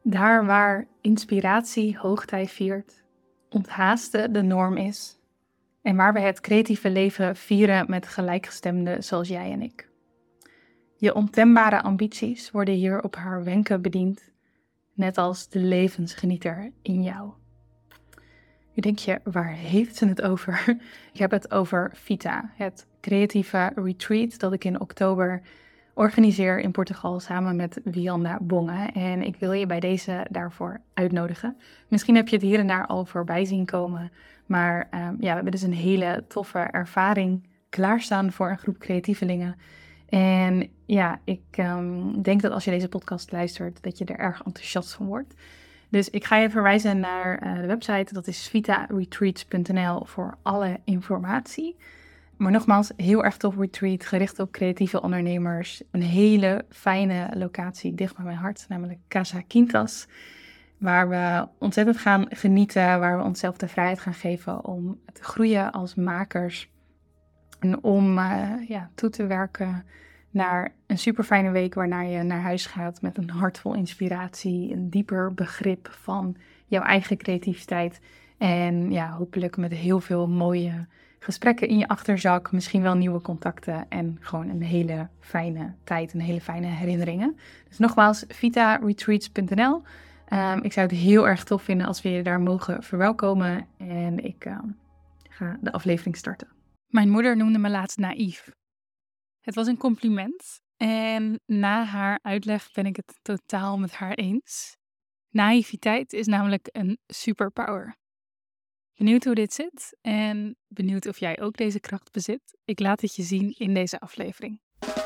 Daar waar inspiratie hoogtij viert, onthaasten de norm is en waar we het creatieve leven vieren met gelijkgestemden zoals jij en ik. Je ontembare ambities worden hier op haar wenken bediend, net als de levensgenieter in jou. Nu denk je, waar heeft ze het over? Ik heb het over Vita, het creatieve retreat dat ik in oktober organiseer in Portugal samen met Wianda Bonge. En ik wil je bij deze daarvoor uitnodigen. Misschien heb je het hier en daar al voorbij zien komen. Maar we hebben dus een hele toffe ervaring klaarstaan voor een groep creatievelingen. En ja, ik denk dat als je deze podcast luistert, dat je er erg enthousiast van wordt. Dus ik ga je verwijzen naar de website, dat is vitaretreats.nl voor alle informatie. Maar nogmaals, heel erg tof retreat, gericht op creatieve ondernemers. Een hele fijne locatie dicht bij mijn hart, namelijk Casa Quintas. Waar we ontzettend gaan genieten, waar we onszelf de vrijheid gaan geven om te groeien als makers. En om toe te werken naar een super fijne week waarna je naar huis gaat met een hart vol inspiratie, een dieper begrip van jouw eigen creativiteit. En ja, hopelijk met heel veel mooie gesprekken in je achterzak, misschien wel nieuwe contacten en gewoon een hele fijne tijd en hele fijne herinneringen. Dus nogmaals, vitaretreats.nl. Ik zou het heel erg tof vinden als we je daar mogen verwelkomen en ik ga de aflevering starten. Mijn moeder noemde me laatst naïef. Het was een compliment en na haar uitleg ben ik het totaal met haar eens. Naïviteit is namelijk een superpower. Benieuwd hoe dit zit en benieuwd of jij ook deze kracht bezit? Ik laat het je zien in deze aflevering.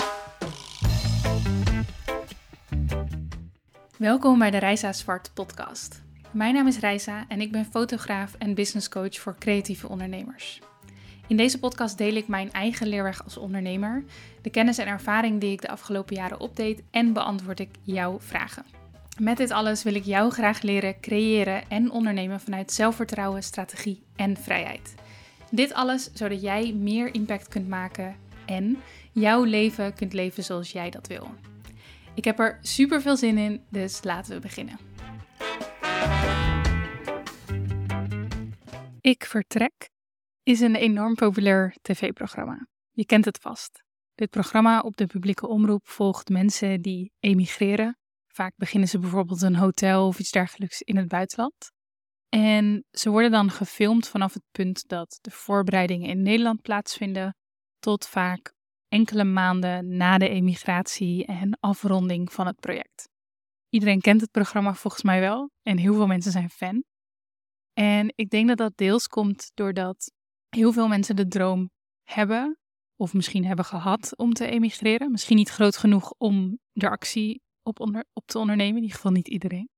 Welkom bij de Reisa Zwart podcast. Mijn naam is Reisa en ik ben fotograaf en business coach voor creatieve ondernemers. In deze podcast deel ik mijn eigen leerweg als ondernemer, de kennis en ervaring die ik de afgelopen jaren opdeed en beantwoord ik jouw vragen. Met dit alles wil ik jou graag leren creëren en ondernemen vanuit zelfvertrouwen, strategie en vrijheid. Dit alles zodat jij meer impact kunt maken en jouw leven kunt leven zoals jij dat wil. Ik heb er super veel zin in, dus laten we beginnen. Ik Vertrek is een enorm populair tv-programma. Je kent het vast. Dit programma op de publieke omroep volgt mensen die emigreren. Vaak beginnen ze bijvoorbeeld een hotel of iets dergelijks in het buitenland. En ze worden dan gefilmd vanaf het punt dat de voorbereidingen in Nederland plaatsvinden, tot vaak enkele maanden na de emigratie en afronding van het project. Iedereen kent het programma volgens mij wel en heel veel mensen zijn fan. En ik denk dat dat deels komt doordat heel veel mensen de droom hebben, of misschien hebben gehad om te emigreren. Misschien niet groot genoeg om er actie op te ondernemen, in ieder geval niet iedereen.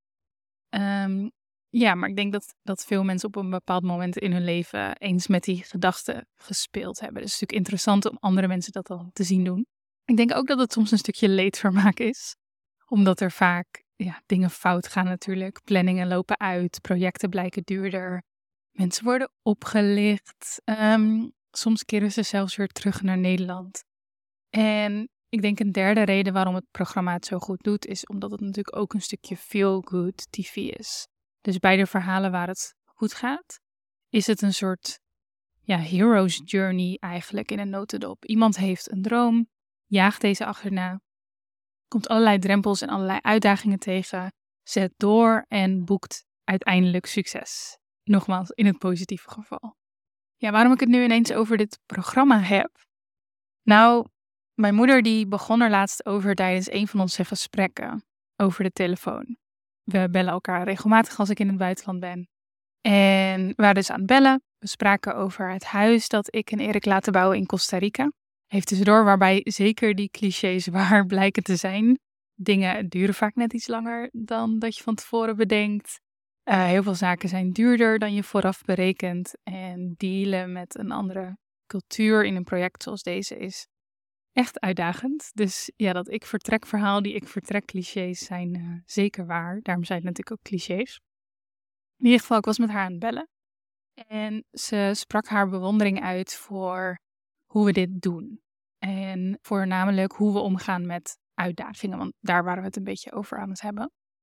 Maar ik denk dat veel mensen op een bepaald moment in hun leven eens met die gedachten gespeeld hebben. Dus het is natuurlijk interessant om andere mensen dat dan te zien doen. Ik denk ook dat het soms een stukje leedvermaak is, omdat er vaak dingen fout gaan natuurlijk. Planningen lopen uit, projecten blijken duurder. Mensen worden opgelicht. Soms keren ze zelfs weer terug naar Nederland. En ik denk een derde reden waarom het programma het zo goed doet, is omdat het natuurlijk ook een stukje feel-good TV is. Dus bij de verhalen waar het goed gaat, is het een soort hero's journey eigenlijk in een notendop. Iemand heeft een droom, jaagt deze achterna, komt allerlei drempels en allerlei uitdagingen tegen, zet door en boekt uiteindelijk succes. Nogmaals, in het positieve geval. Ja, waarom ik het nu ineens over dit programma heb? Nou, mijn moeder die begon er laatst over tijdens een van onze gesprekken over de telefoon. We bellen elkaar regelmatig als ik in het buitenland ben. En we waren dus aan het bellen. We spraken over het huis dat ik en Erik laten bouwen in Costa Rica. Heeft dus door waarbij zeker die clichés waar blijken te zijn. Dingen duren vaak net iets langer dan dat je van tevoren bedenkt. Heel veel zaken zijn duurder dan je vooraf berekent. En dealen met een andere cultuur in een project zoals deze is echt uitdagend. Dus ja, dat ik vertrek verhaal, die ik vertrek clichés zijn zeker waar. Daarom zijn het natuurlijk ook clichés. In ieder geval, ik was met haar aan het bellen. En ze sprak haar bewondering uit voor hoe we dit doen. En voornamelijk hoe we omgaan met uitdagingen. Want daar waren we het een beetje over aan het hebben.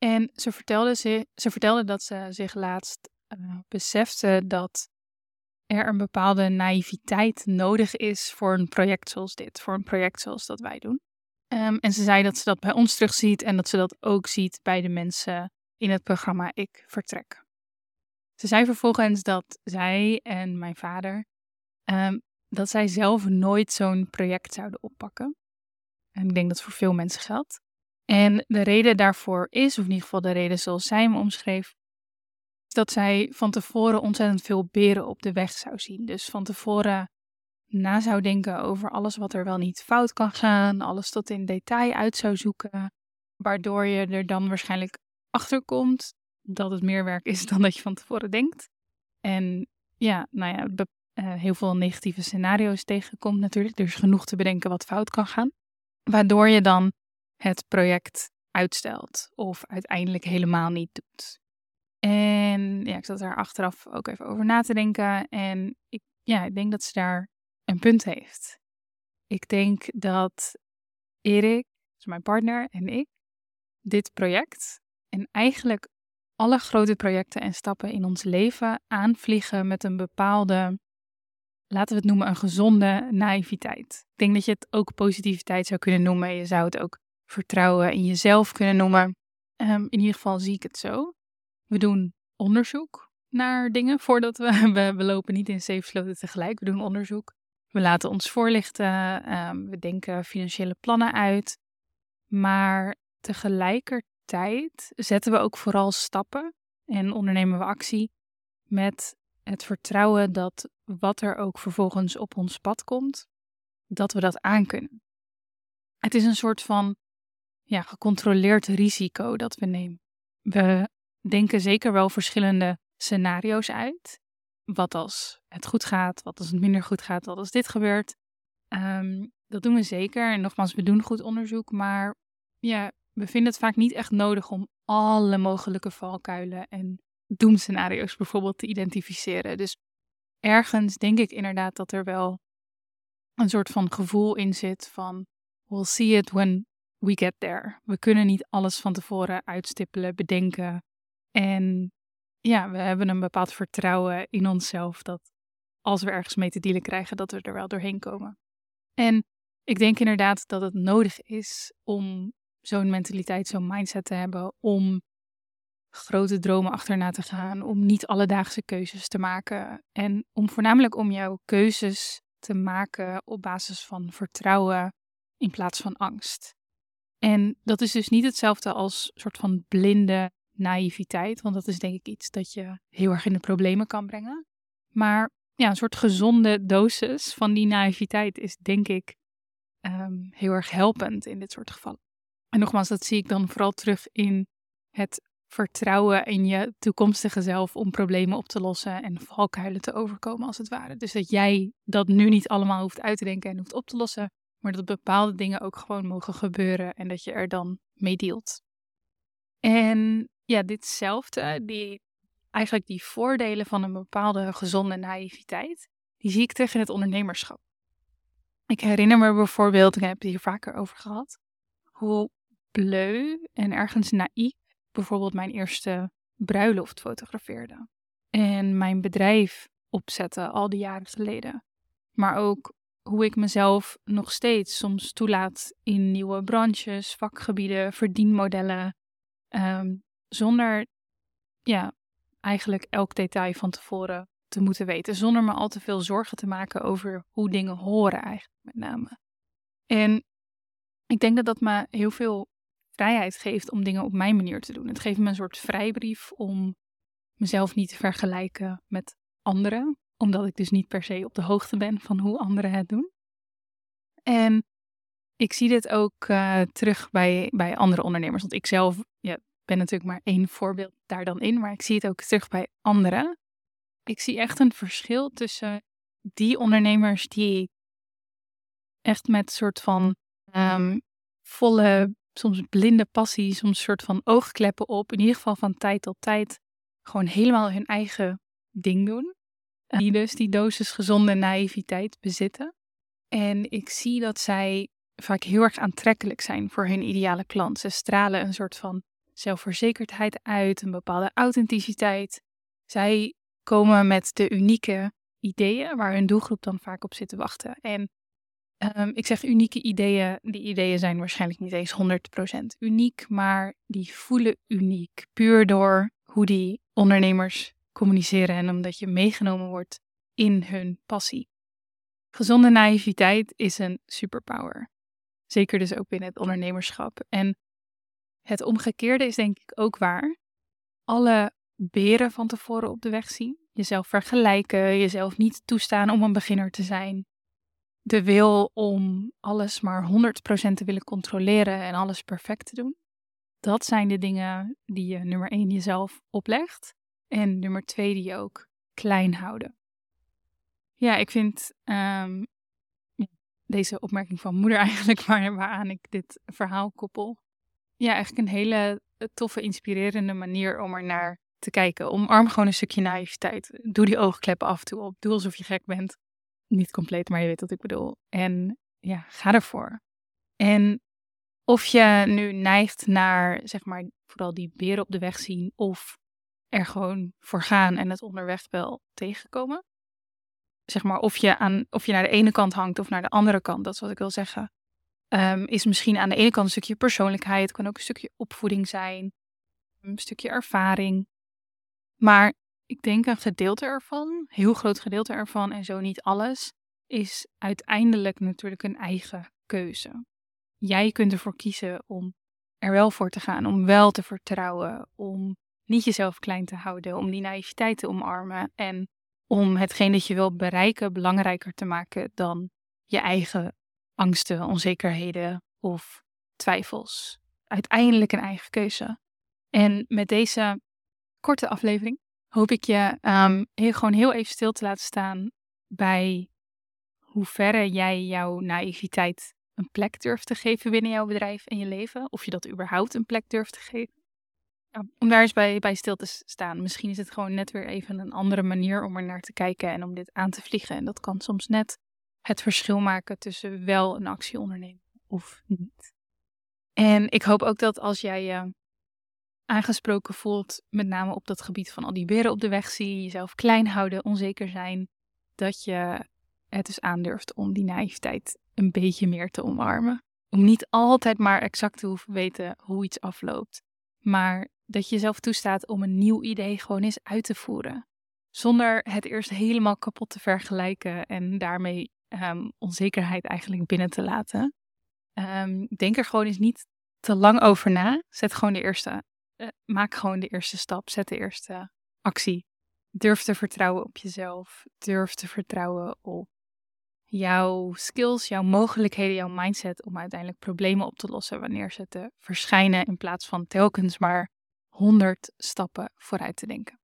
En ze vertelde dat ze zich laatst besefte dat er een bepaalde naïviteit nodig is voor een project zoals dit, voor een project zoals dat wij doen. En ze zei dat ze dat bij ons terugziet en dat ze dat ook ziet bij de mensen in het programma Ik Vertrek. Ze zei vervolgens dat zij en mijn vader, dat zij zelf nooit zo'n project zouden oppakken. En ik denk dat voor veel mensen geldt. En de reden daarvoor is, of in ieder geval de reden zoals zij hem omschreef, is dat zij van tevoren ontzettend veel beren op de weg zou zien. Dus van tevoren na zou denken over alles wat er wel niet fout kan gaan, alles tot in detail uit zou zoeken, waardoor je er dan waarschijnlijk achter komt dat het meer werk is dan dat je van tevoren denkt. En ja, heel veel negatieve scenario's tegenkomt natuurlijk. Er is genoeg te bedenken wat fout kan gaan, waardoor je dan het project uitstelt of uiteindelijk helemaal niet doet. En ja, ik zat daar achteraf ook even over na te denken en ik denk dat ze daar een punt heeft. Ik denk dat Erik, dus mijn partner, en ik dit project en eigenlijk alle grote projecten en stappen in ons leven aanvliegen met een bepaalde, laten we het noemen, een gezonde naïviteit. Ik denk dat je het ook positiviteit zou kunnen noemen. Je zou het ook vertrouwen in jezelf kunnen noemen. In ieder geval zie ik het zo. We doen onderzoek naar dingen voordat we lopen niet in 7 sloten tegelijk. We doen onderzoek. We laten ons voorlichten. We denken financiële plannen uit. Maar tegelijkertijd zetten we ook vooral stappen en ondernemen we actie met het vertrouwen dat wat er ook vervolgens op ons pad komt, dat we dat aankunnen. Het is een soort van gecontroleerd risico dat we nemen. We denken zeker wel verschillende scenario's uit. Wat als het goed gaat, wat als het minder goed gaat, wat als dit gebeurt. Dat doen we zeker. En nogmaals, we doen goed onderzoek, maar we vinden het vaak niet echt nodig om alle mogelijke valkuilen en doemscenario's bijvoorbeeld te identificeren. Dus ergens denk ik inderdaad dat er wel een soort van gevoel in zit van we'll see it when we get there. We kunnen niet alles van tevoren uitstippelen, bedenken. En we hebben een bepaald vertrouwen in onszelf dat als we ergens mee te dealen krijgen, dat we er wel doorheen komen. En ik denk inderdaad dat het nodig is om zo'n mentaliteit, zo'n mindset te hebben, om grote dromen achterna te gaan, om niet alledaagse keuzes te maken en voornamelijk om jouw keuzes te maken op basis van vertrouwen in plaats van angst. En dat is dus niet hetzelfde als een soort van blinde naïviteit, want dat is denk ik iets dat je heel erg in de problemen kan brengen. Maar een soort gezonde dosis van die naïviteit is denk ik heel erg helpend in dit soort gevallen. En nogmaals, dat zie ik dan vooral terug in het vertrouwen in je toekomstige zelf om problemen op te lossen en valkuilen te overkomen als het ware. Dus dat jij dat nu niet allemaal hoeft uit te denken en hoeft op te lossen, maar dat bepaalde dingen ook gewoon mogen gebeuren en dat je er dan mee dealt. En ditzelfde, die voordelen van een bepaalde gezonde naïviteit, die zie ik terug in het ondernemerschap. Ik herinner me bijvoorbeeld, ik heb het hier vaker over gehad, hoe bleu en ergens naïef bijvoorbeeld mijn eerste bruiloft fotografeerde. En mijn bedrijf opzette al die jaren geleden. Maar ook hoe ik mezelf nog steeds soms toelaat in nieuwe branches, vakgebieden, verdienmodellen. Zonder eigenlijk elk detail van tevoren te moeten weten. Zonder me al te veel zorgen te maken over hoe dingen horen eigenlijk met name. En ik denk dat dat me heel veel vrijheid geeft om dingen op mijn manier te doen. Het geeft me een soort vrijbrief om mezelf niet te vergelijken met anderen. Omdat ik dus niet per se op de hoogte ben van hoe anderen het doen. En ik zie dit ook terug bij andere ondernemers. Want ik zelf ben natuurlijk maar één voorbeeld daar dan in. Maar ik zie het ook terug bij anderen. Ik zie echt een verschil tussen die ondernemers die echt met soort van volle, soms blinde passie, soms soort van oogkleppen op, in ieder geval van tijd tot tijd, gewoon helemaal hun eigen ding doen. Die dus die dosis gezonde naïviteit bezitten. En ik zie dat zij vaak heel erg aantrekkelijk zijn voor hun ideale klant. Ze stralen een soort van zelfverzekerdheid uit, een bepaalde authenticiteit. Zij komen met de unieke ideeën waar hun doelgroep dan vaak op zit te wachten. En ik zeg unieke ideeën, die ideeën zijn waarschijnlijk niet eens 100% uniek, maar die voelen uniek. Puur door hoe die ondernemers communiceren en omdat je meegenomen wordt in hun passie. Gezonde naïviteit is een superpower. Zeker dus ook binnen het ondernemerschap. En het omgekeerde is denk ik ook waar. Alle beren van tevoren op de weg zien. Jezelf vergelijken, jezelf niet toestaan om een beginner te zijn. De wil om alles maar 100% te willen controleren en alles perfect te doen. Dat zijn de dingen die je nummer 1 jezelf oplegt. En nummer 2 die je ook klein houden. Ja, ik vind deze opmerking van moeder eigenlijk waaraan ik dit verhaal koppel. Ja, eigenlijk een hele toffe, inspirerende manier om er naar te kijken. Omarm gewoon een stukje naïviteit. Doe die oogkleppen af en toe op. Doe alsof je gek bent. Niet compleet, maar je weet wat ik bedoel. En ja, ga ervoor. En of je nu neigt naar, zeg maar, vooral die beren op de weg zien of er gewoon voor gaan en het onderweg wel tegenkomen. Zeg maar, of je naar de ene kant hangt of naar de andere kant, dat is wat ik wil zeggen. Is misschien aan de ene kant een stukje persoonlijkheid, het kan ook een stukje opvoeding zijn, een stukje ervaring. Maar ik denk een gedeelte ervan, heel groot gedeelte ervan en zo niet alles, is uiteindelijk natuurlijk een eigen keuze. Jij kunt ervoor kiezen om er wel voor te gaan, om wel te vertrouwen, om niet jezelf klein te houden, om die naïviteit te omarmen en om hetgeen dat je wil bereiken belangrijker te maken dan je eigen angsten, onzekerheden of twijfels. Uiteindelijk een eigen keuze. En met deze korte aflevering hoop ik je gewoon heel even stil te laten staan bij hoe ver jij jouw naïviteit een plek durft te geven binnen jouw bedrijf en je leven. Of je dat überhaupt een plek durft te geven. Om daar eens bij stil te staan. Misschien is het gewoon net weer even een andere manier om er naar te kijken en om dit aan te vliegen. En dat kan soms net het verschil maken tussen wel een actie ondernemen of niet. En ik hoop ook dat als jij je aangesproken voelt, met name op dat gebied van al die beren op de weg zien, jezelf klein houden, onzeker zijn, dat je het dus aandurft om die naïviteit een beetje meer te omarmen. Om niet altijd maar exact te hoeven weten hoe iets afloopt, maar dat je jezelf toestaat om een nieuw idee gewoon eens uit te voeren. Zonder het eerst helemaal kapot te vergelijken en daarmee onzekerheid eigenlijk binnen te laten. Denk er gewoon eens niet te lang over na. Maak gewoon de eerste stap. Zet de eerste actie. Durf te vertrouwen op jezelf. Durf te vertrouwen op jouw skills, jouw mogelijkheden, jouw mindset om uiteindelijk problemen op te lossen wanneer ze te verschijnen in plaats van telkens maar 100 stappen vooruit te denken.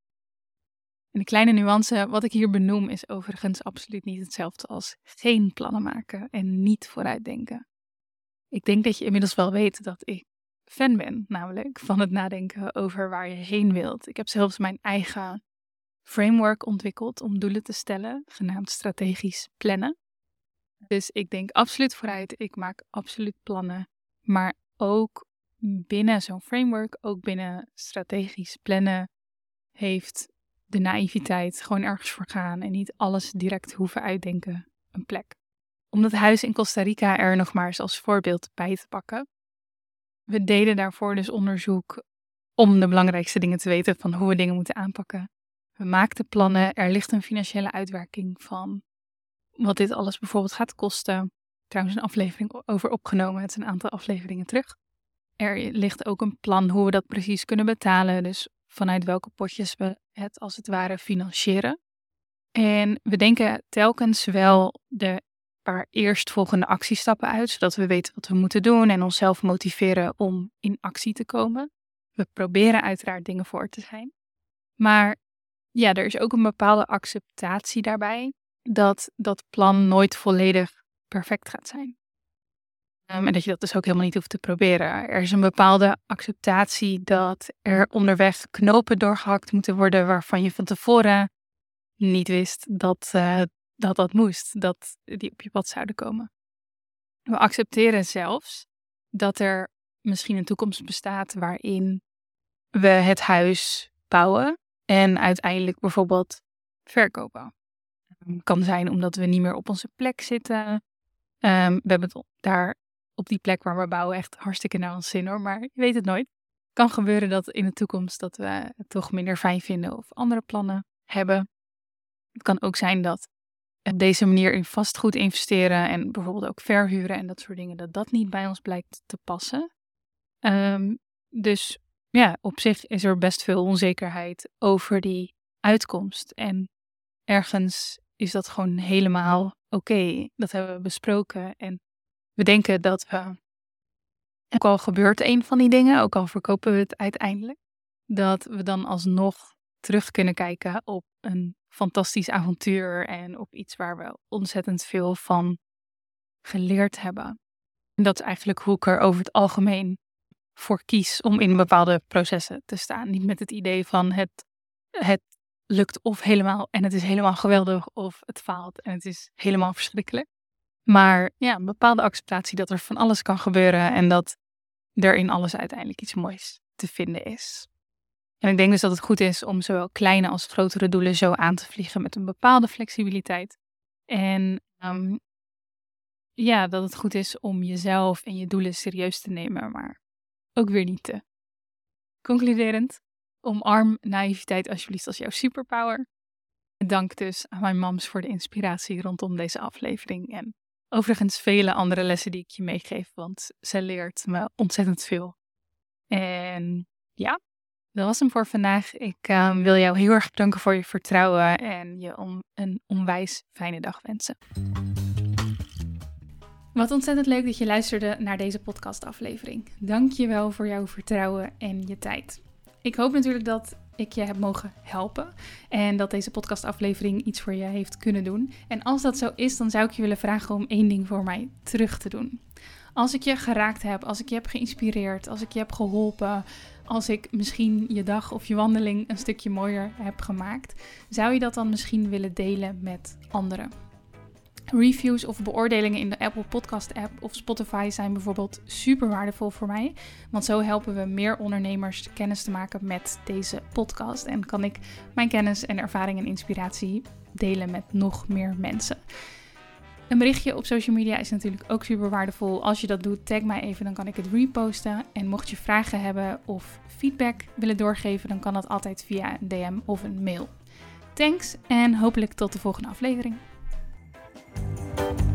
En de kleine nuance wat ik hier benoem is overigens absoluut niet hetzelfde als geen plannen maken en niet vooruitdenken. Ik denk dat je inmiddels wel weet dat ik fan ben, namelijk van het nadenken over waar je heen wilt. Ik heb zelfs mijn eigen framework ontwikkeld om doelen te stellen, genaamd strategisch plannen. Dus ik denk absoluut vooruit, ik maak absoluut plannen, maar ook binnen zo'n framework, ook binnen strategisch plannen, heeft de naïviteit gewoon ergens voor gaan en niet alles direct hoeven uitdenken een plek. Om dat huis in Costa Rica er nog maar eens als voorbeeld bij te pakken. We deden daarvoor dus onderzoek om de belangrijkste dingen te weten van hoe we dingen moeten aanpakken. We maakten plannen, er ligt een financiële uitwerking van wat dit alles bijvoorbeeld gaat kosten. Trouwens een aflevering over opgenomen, het is een aantal afleveringen terug. Er ligt ook een plan hoe we dat precies kunnen betalen, dus vanuit welke potjes we het als het ware financieren. En we denken telkens wel de paar eerstvolgende actiestappen uit, zodat we weten wat we moeten doen en onszelf motiveren om in actie te komen. We proberen uiteraard dingen voor te zijn. Maar ja, er is ook een bepaalde acceptatie daarbij dat dat plan nooit volledig perfect gaat zijn. En dat je dat dus ook helemaal niet hoeft te proberen. Er is een bepaalde acceptatie dat er onderweg knopen doorgehakt moeten worden waarvan je van tevoren niet wist dat moest, dat die op je pad zouden komen. We accepteren zelfs dat er misschien een toekomst bestaat waarin we het huis bouwen en uiteindelijk bijvoorbeeld verkopen. Het kan zijn omdat we niet meer op onze plek zitten. We hebben het daar op die plek waar we bouwen echt hartstikke naar ons zin hoor, maar je weet het nooit. Het kan gebeuren dat in de toekomst dat we het toch minder fijn vinden of andere plannen hebben. Het kan ook zijn dat op deze manier in vastgoed investeren en bijvoorbeeld ook verhuren en dat soort dingen, dat niet bij ons blijkt te passen. Dus ja, op zich is er best veel onzekerheid over die uitkomst. En ergens is dat gewoon helemaal oké. Dat hebben we besproken. En we denken dat we, ook al gebeurt een van die dingen, ook al verkopen we het uiteindelijk, dat we dan alsnog terug kunnen kijken op een fantastisch avontuur en op iets waar we ontzettend veel van geleerd hebben. En dat is eigenlijk hoe ik er over het algemeen voor kies om in bepaalde processen te staan. Niet met het idee van het lukt of helemaal en het is helemaal geweldig of het faalt en het is helemaal verschrikkelijk. Maar ja, een bepaalde acceptatie dat er van alles kan gebeuren en dat er in alles uiteindelijk iets moois te vinden is. En ik denk dus dat het goed is om zowel kleine als grotere doelen zo aan te vliegen met een bepaalde flexibiliteit. En dat het goed is om jezelf en je doelen serieus te nemen, maar ook weer niet te. Concluderend, omarm naïviteit alsjeblieft als jouw superpower. Dank dus aan mijn mams voor de inspiratie rondom deze aflevering. En overigens vele andere lessen die ik je meegeef, want ze leert me ontzettend veel. En ja, dat was hem voor vandaag. Ik wil jou heel erg bedanken voor je vertrouwen en je een onwijs fijne dag wensen. Wat ontzettend leuk dat je luisterde naar deze podcastaflevering. Dank je wel voor jouw vertrouwen en je tijd. Ik hoop natuurlijk dat ik je heb mogen helpen en dat deze podcastaflevering iets voor je heeft kunnen doen. En als dat zo is, dan zou ik je willen vragen om 1 ding voor mij terug te doen. Als ik je geraakt heb, als ik je heb geïnspireerd, als ik je heb geholpen, als ik misschien je dag of je wandeling een stukje mooier heb gemaakt, zou je dat dan misschien willen delen met anderen? Reviews of beoordelingen in de Apple Podcast app of Spotify zijn bijvoorbeeld super waardevol voor mij. Want zo helpen we meer ondernemers kennis te maken met deze podcast. En kan ik mijn kennis en ervaring en inspiratie delen met nog meer mensen. Een berichtje op social media is natuurlijk ook super waardevol. Als je dat doet, tag mij even, dan kan ik het reposten. En mocht je vragen hebben of feedback willen doorgeven, dan kan dat altijd via een DM of een mail. Thanks en hopelijk tot de volgende aflevering.